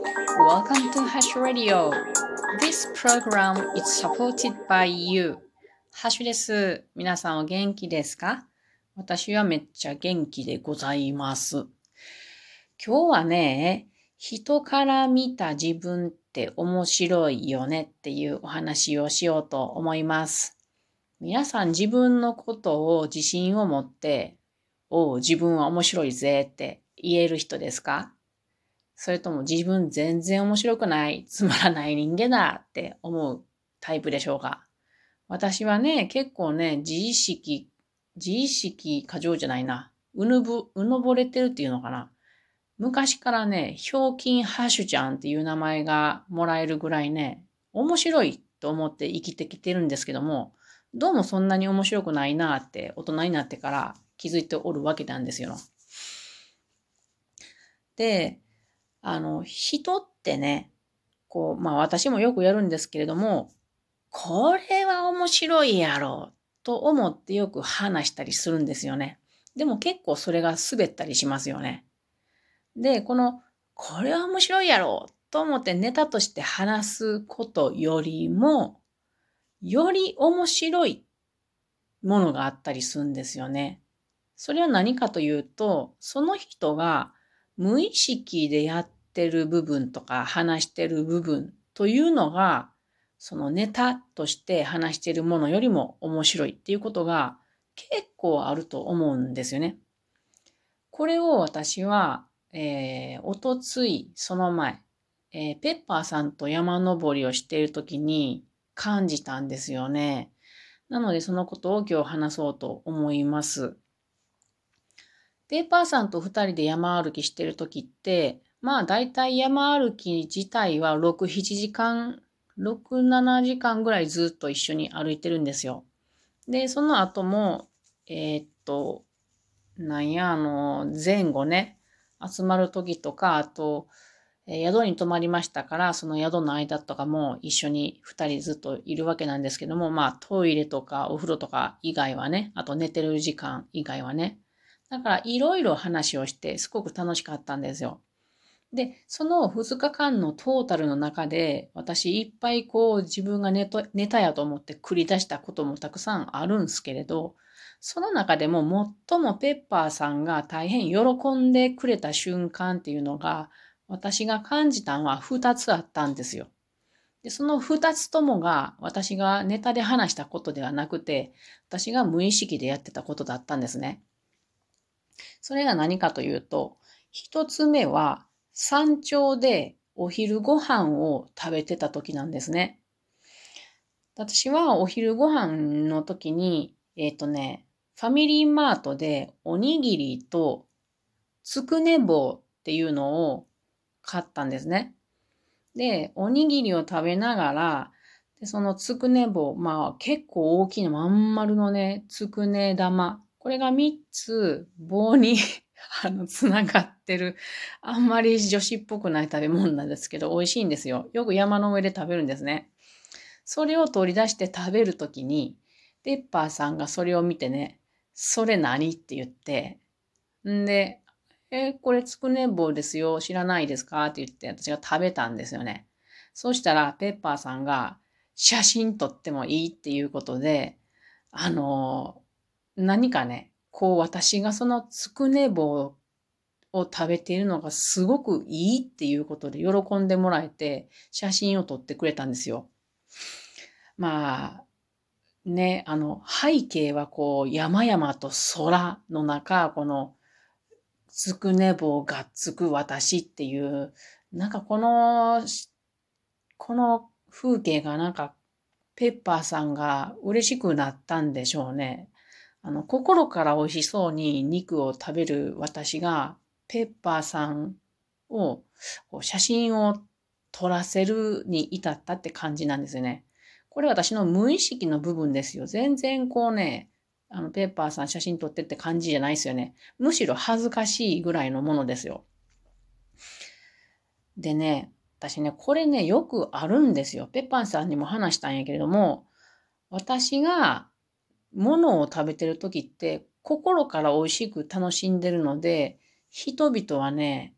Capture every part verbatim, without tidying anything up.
Welcome to Hash Radio. This program is supported by you. ハッシュです。皆さんお元気ですか？私はめっちゃ元気でございます。今日はね、人から見た自分って面白いよねっていうお話をしようと思います。皆さん自分のことを自信を持って、おう、自分は面白いぜって言える人ですか？それとも自分全然面白くない、つまらない人間だって思うタイプでしょうか？私はね、結構ね、自意識、自意識過剰じゃないな。うぬぶ、うぬぼれてるっていうのかな。昔からね、ひょうきんハッシュちゃんっていう名前がもらえるぐらいね、面白いと思って生きてきてるんですけども、どうもそんなに面白くないなって大人になってから気づいておるわけなんですよ。で、あの、人ってね、こう、まあ私もよくやるんですけれども、これは面白いやろうと思ってよく話したりするんですよね。でも結構それが滑ったりしますよね。で、この、これは面白いやろうと思ってネタとして話すことよりも、より面白いものがあったりするんですよね。それは何かというと、その人が無意識でやってる部分とか話してる部分というのが、そのネタとして話しているものよりも面白いっていうことが結構あると思うんですよね。これを私は、えー、おとついその前、えー、ペッパーさんと山登りをしているときに感じたんですよね。なのでそのことを今日話そうと思います。ペーパーさんと二人で山歩きしてるときって、まあ大体山歩き自体はろく、ななじかん、ろく、ななじかんぐらいずっと一緒に歩いてるんですよ。で、その後も、えーっと、なんや、あの、前後ね、集まるときとか、あと、えー宿に泊まりましたから、その宿の間とかも一緒に二人ずっといるわけなんですけども、まあトイレとかお風呂とか以外はね、あと寝てる時間以外はね、だからいろいろ話をしてすごく楽しかったんですよ。で、そのふつかかんのトータルの中で、私いっぱいこう自分がネタネタやと思って繰り出したこともたくさんあるんですけれど、その中でも最もペッパーさんが大変喜んでくれた瞬間っていうのが、私が感じたのはふたつあったんですよ。で、そのふたつともが私がネタで話したことではなくて、私が無意識でやってたことだったんですね。それが何かというと、一つ目は山頂でお昼ご飯を食べてた時なんですね。私はお昼ご飯の時に、えっとね、ファミリーマートでおにぎりとつくね棒っていうのを買ったんですね。で、おにぎりを食べながら、でそのつくね棒、まあ結構大きなまん丸のね、つくね玉。これがみっつ棒にあの、つながってる、あんまり女子っぽくない食べ物なんですけど、美味しいんですよ。よく山の上で食べるんですね。それを取り出して食べるときに、ペッパーさんがそれを見てね、それ何って言って、んで、え、これつくね棒ですよ。知らないですかって言って私が食べたんですよね。そうしたら、ペッパーさんが写真撮ってもいいっていうことで、あの、何かね、こう私がそのつくね棒を食べているのがすごくいいっていうことで喜んでもらえて、写真を撮ってくれたんですよ。まあ、ね、あの、背景はこう、山々と空の中、この、つくね棒がっつく私っていう、なんかこの、この風景がなんか、ペッパーさんが嬉しくなったんでしょうね。あの、心から美味しそうに肉を食べる私が、ペッパーさんを、こう写真を撮らせるに至ったって感じなんですよね。これ私の無意識の部分ですよ。全然こうね、あの、ペッパーさん写真撮ってって感じじゃないですよね。むしろ恥ずかしいぐらいのものですよ。でね、私ね、これね、よくあるんですよ。ペッパーさんにも話したんやけれども、私が物を食べてる時って心から美味しく楽しんでるので、人々はね、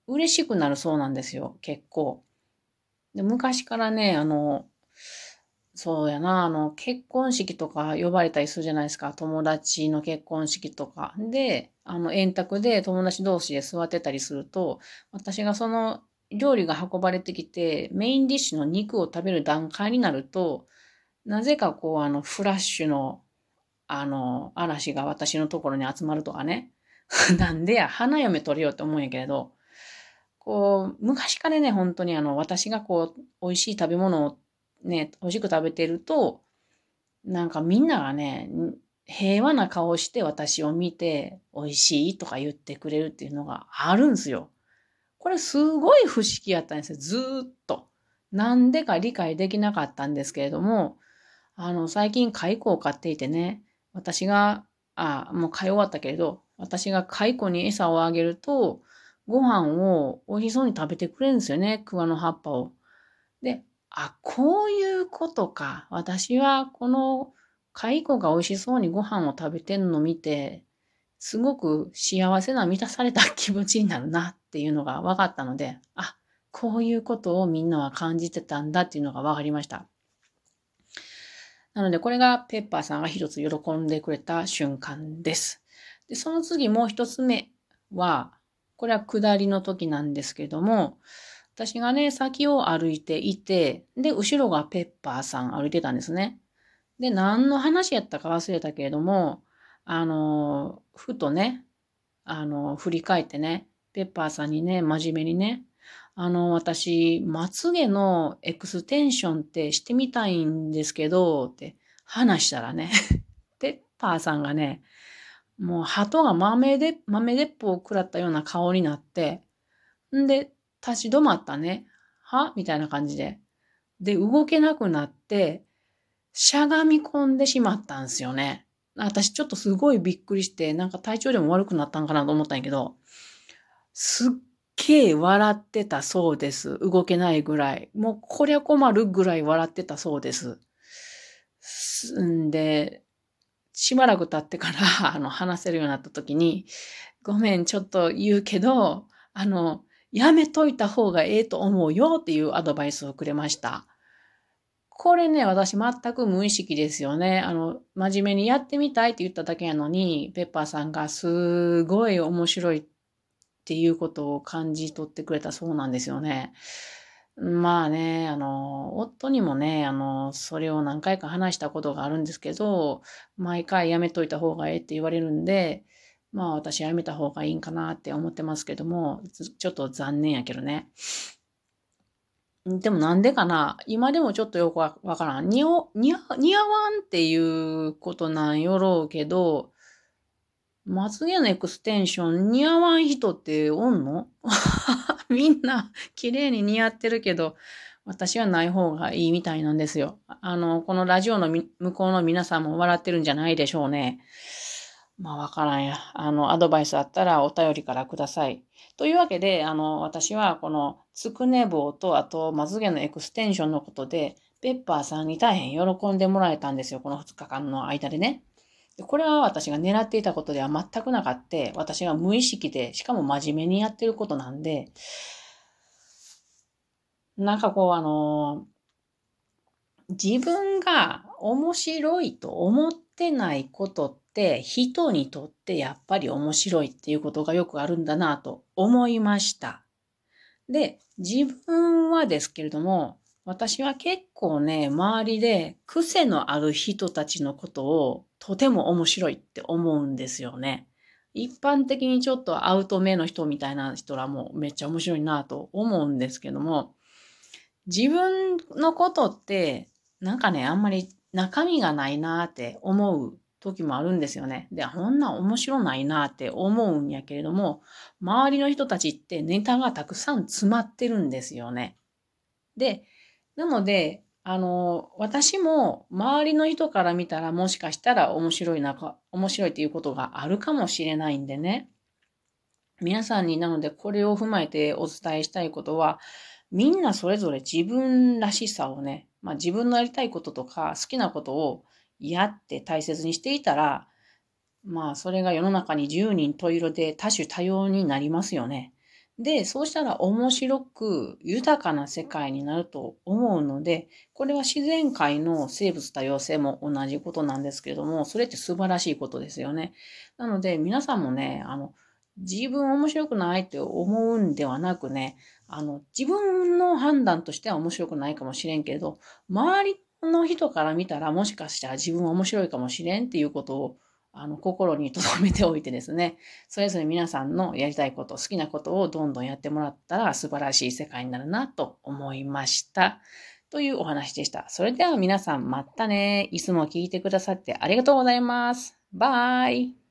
嬉しくなるそうなんですよ、結構。で、昔からね、あの、そうやな、あの、結婚式とか呼ばれたりするじゃないですか。友達の結婚式とか。で、あの、円卓で友達同士で座ってたりすると、私がその料理が運ばれてきて、メインディッシュの肉を食べる段階になると、なぜかこう、あの、フラッシュの、あの、嵐が私のところに集まるとかね。なんでや、花嫁取れよって思うんやけれど、こう、昔からね、本当にあの、私がこう、美味しい食べ物をね、美味しく食べてると、なんかみんながね、平和な顔をして私を見て、美味しいとか言ってくれるっていうのがあるんですよ。これすごい不思議やったんですよ。ずーっと。なんでか理解できなかったんですけれども、あの、最近蚕を飼っていてね、私が、あ、もう飼い終わったけれど、私が蚕に餌をあげると、ご飯を美味しそうに食べてくれるんですよね、桑の葉っぱを。で、あ、こういうことか。私はこの蚕が美味しそうにご飯を食べてんのを見て、すごく幸せな満たされた気持ちになるなっていうのが分かったので、あ、こういうことをみんなは感じてたんだっていうのが分かりました。なので、これがペッパーさんが一つ喜んでくれた瞬間です。で、その次もう一つ目は、これは下りの時なんですけども、私がね、先を歩いていて、で、後ろがペッパーさん歩いてたんですね。で、何の話やったか忘れたけれども、あの、ふとね、あの、振り返ってね、ペッパーさんにね、真面目にね、あの、私、まつげのエクステンションってしてみたいんですけど、って話したらね、ペッパーさんがね、もう鳩が豆で、豆鉄砲を食らったような顔になって、んで、立ち止まったね。はみたいな感じで。で、動けなくなって、しゃがみ込んでしまったんですよね。私ちょっとすごいびっくりして、なんか体調でも悪くなったんかなと思ったんやけど、すっげえ笑ってたそうです。動けないぐらい。もうこりゃ困るぐらい笑ってたそうです。すんで、しばらく経ってから、あの、話せるようになった時に、ごめん、ちょっと言うけど、あの、やめといた方がええと思うよっていうアドバイスをくれました。これね、私全く無意識ですよね。あの、真面目にやってみたいって言っただけやのに、ペッパーさんがすごい面白いっていうことを感じ取ってくれたそうなんですよね。まあね、あの、夫にもね、あの、それを何回か話したことがあるんですけど、毎回やめといた方がええって言われるんで、まあ私やめた方がいいんかなって思ってますけども、ちょっと残念やけどね。でもなんでかな今でもちょっとよくわわからん。似合、似合、似合わんっていうことなんやろうけど、まつげのエクステンション似合わん人っておんのみんな綺麗に似合ってるけど、私はない方がいいみたいなんですよ。あの、このラジオの向こうの皆さんも笑ってるんじゃないでしょうね。まあわからんや。あの、アドバイスあったらお便りからください。というわけで、あの、私はこのつくね棒と、あと、まつげのエクステンションのことで、ペッパーさんに大変喜んでもらえたんですよ。このふつかかんの間でね。でこれは私が狙っていたことでは全くなかった。私が無意識で、しかも真面目にやってることなんで、なんかこう、あの、自分が面白いと思ってないことって人にとってやっぱり面白いっていうことがよくあるんだなと思いました。で、自分はですけれども、私は結構ね、周りで癖のある人たちのことをとても面白いって思うんですよね。一般的にちょっとアウト目の人みたいな人らもめっちゃ面白いなと思うんですけども、自分のことって、なんかね、あんまり中身がないなって思う時もあるんですよね。で、こんな面白ないなって思うんやけれども、周りの人たちってネタがたくさん詰まってるんですよね。で、なので、あの、私も周りの人から見たらもしかしたら面白いなか、面白いっていうことがあるかもしれないんでね。皆さんになのでこれを踏まえてお伝えしたいことは、みんなそれぞれ自分らしさをね、まあ自分のやりたいこととか好きなことをやって大切にしていたら、まあそれが世の中にじゅうにん十色で多種多様になりますよね。 で、そうしたら面白く豊かな世界になると思うので、これは自然界の生物多様性も同じことなんですけれども、それって素晴らしいことですよね。なので、皆さんもね、あの、自分面白くないって思うんではなくね、あの、自分の判断としては面白くないかもしれんけれど、周りの人から見たらもしかしたら自分は面白いかもしれんっていうことを、あの、心に留めておいてですね、それぞれ皆さんのやりたいこと、好きなことをどんどんやってもらったら素晴らしい世界になるなと思いました。というお話でした。それでは皆さんまたね。いつも聞いてくださってありがとうございます。バイ。